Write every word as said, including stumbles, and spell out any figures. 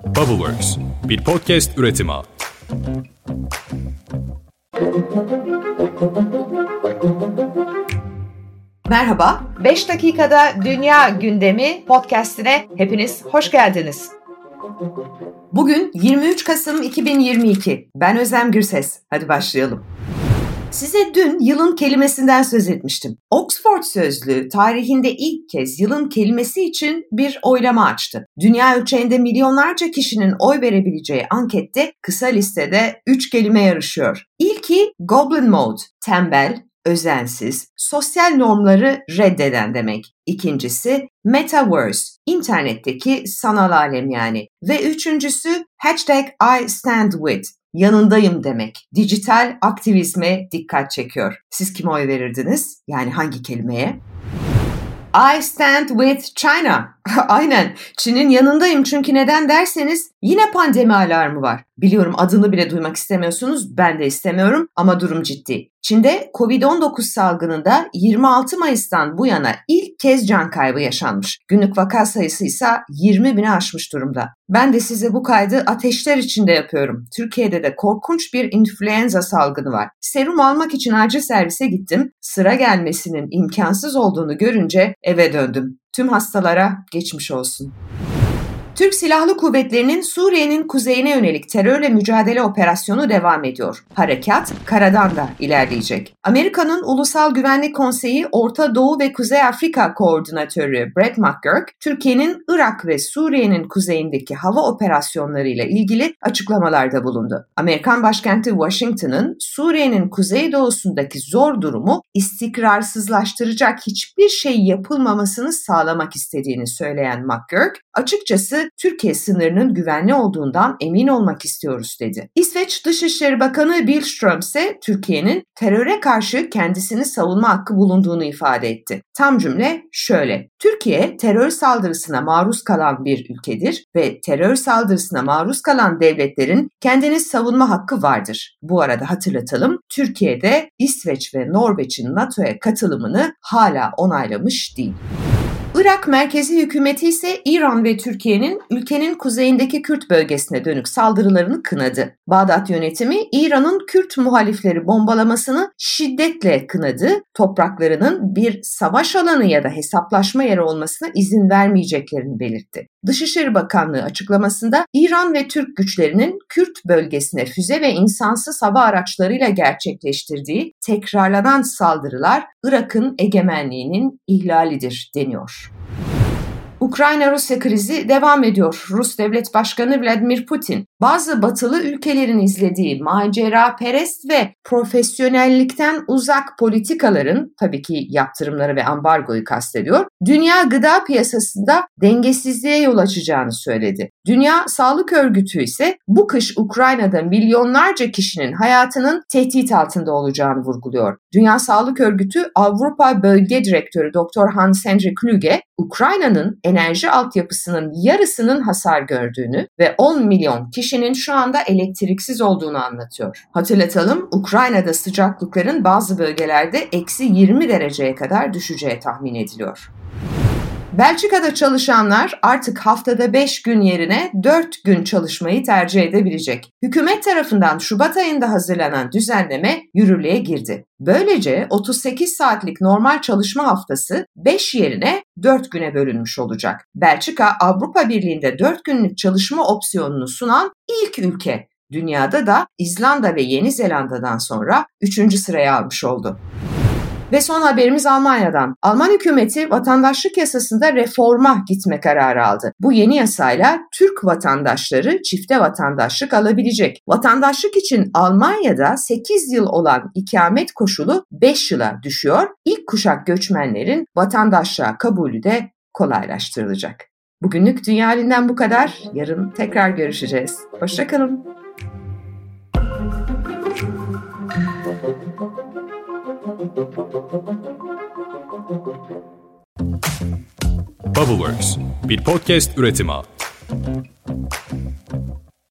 Bubbleworks, bir podcast üretimi. Merhaba, beş dakikada Dünya Gündemi podcastine hepiniz hoş geldiniz. Bugün yirmi üç Kasım iki bin yirmi iki. Ben Özlem Gürses. Hadi başlayalım. Size dün yılın kelimesinden söz etmiştim. Oxford Sözlüğü tarihinde ilk kez yılın kelimesi için bir oylama açtı. Dünya ölçeğinde milyonlarca kişinin oy verebileceği ankette kısa listede üç kelime yarışıyor. İlki Goblin Mode, tembel, özensiz, sosyal normları reddeden demek. İkincisi Metaverse, internetteki sanal alem yani. Ve üçüncüsü hashtag I stand with, yanındayım demek. Dijital aktivizme dikkat çekiyor. Siz kime oy verirdiniz? Yani hangi kelimeye? I stand with China. Aynen. Çin'in yanındayım çünkü neden derseniz yine pandemi alarmı var. Biliyorum adını bile duymak istemiyorsunuz. Ben de istemiyorum ama durum ciddi. Çin'de kovid on dokuz salgınında yirmi altı Mayıs'tan bu yana ilk kez can kaybı yaşanmış. Günlük vaka sayısı ise yirmi bini aşmış durumda. Ben de size bu kaydı ateşler içinde yapıyorum. Türkiye'de de korkunç bir influenza salgını var. Serum almak için acil servise gittim. Sıra gelmesinin imkansız olduğunu görünce eve döndüm. Tüm hastalara geçmiş olsun. Türk Silahlı Kuvvetleri'nin Suriye'nin kuzeyine yönelik terörle mücadele operasyonu devam ediyor. Harekat karadan da ilerleyecek. Amerika'nın Ulusal Güvenlik Konseyi Orta Doğu ve Kuzey Afrika Koordinatörü Brett McGurk, Türkiye'nin Irak ve Suriye'nin kuzeyindeki hava operasyonlarıyla ilgili açıklamalarda bulundu. Amerikan başkenti Washington'ın Suriye'nin kuzeydoğusundaki zor durumu istikrarsızlaştıracak hiçbir şey yapılmamasını sağlamak istediğini söyleyen McGurk, açıkçası Türkiye sınırının güvenli olduğundan emin olmak istiyoruz dedi. İsveç Dışişleri Bakanı Billström ise Türkiye'nin teröre karşı kendisini savunma hakkı bulunduğunu ifade etti. Tam cümle şöyle: Türkiye terör saldırısına maruz kalan bir ülkedir ve terör saldırısına maruz kalan devletlerin kendini savunma hakkı vardır. Bu arada hatırlatalım, Türkiye'de İsveç ve Norveç'in NATO'ya katılımını hala onaylamış değil. Irak merkezi hükümeti ise İran ve Türkiye'nin ülkenin kuzeyindeki Kürt bölgesine dönük saldırılarını kınadı. Bağdat yönetimi İran'ın Kürt muhalifleri bombalamasını şiddetle kınadı, topraklarının bir savaş alanı ya da hesaplaşma yeri olmasına izin vermeyeceklerini belirtti. Dışişleri Bakanlığı açıklamasında İran ve Türk güçlerinin Kürt bölgesine füze ve insansız hava araçlarıyla gerçekleştirdiği tekrarlanan saldırılar Irak'ın egemenliğinin ihlalidir deniyor. Ukrayna-Rusya krizi devam ediyor. Rus Devlet Başkanı Vladimir Putin, bazı batılı ülkelerin izlediği maceraperest ve profesyonellikten uzak politikaların, tabii ki yaptırımları ve ambargoyu kastediyor, dünya gıda piyasasında dengesizliğe yol açacağını söyledi. Dünya Sağlık Örgütü ise bu kış Ukrayna'da milyonlarca kişinin hayatının tehdit altında olacağını vurguluyor. Dünya Sağlık Örgütü Avrupa Bölge Direktörü Doktor Hans-Henrik Kluge, Ukrayna'nın enerji altyapısının yarısının hasar gördüğünü ve on milyon kişinin şu anda elektriksiz olduğunu anlatıyor. Hatırlatalım, Ukrayna'da sıcaklıkların bazı bölgelerde eksi yirmi dereceye kadar düşeceği tahmin ediliyor. Belçika'da çalışanlar artık haftada beş gün yerine dört gün çalışmayı tercih edebilecek. Hükümet tarafından Şubat ayında hazırlanan düzenleme yürürlüğe girdi. Böylece otuz sekiz saatlik normal çalışma haftası beş yerine dört güne bölünmüş olacak. Belçika, Avrupa Birliği'nde dört günlük çalışma opsiyonunu sunan ilk ülke. Dünyada da İzlanda ve Yeni Zelanda'dan sonra üçüncü sıraya almış oldu. Ve son haberimiz Almanya'dan. Alman hükümeti vatandaşlık yasasında reforma gitme kararı aldı. Bu yeni yasayla Türk vatandaşları çifte vatandaşlık alabilecek. Vatandaşlık için Almanya'da sekiz yıl olan ikamet koşulu beş yıla düşüyor. İlk kuşak göçmenlerin vatandaşlığa kabulü de kolaylaştırılacak. Bugünlük Dünya Halinden bu kadar. Yarın tekrar görüşeceğiz. Hoşça kalın. Bubbleworks, bir podcast üretimi.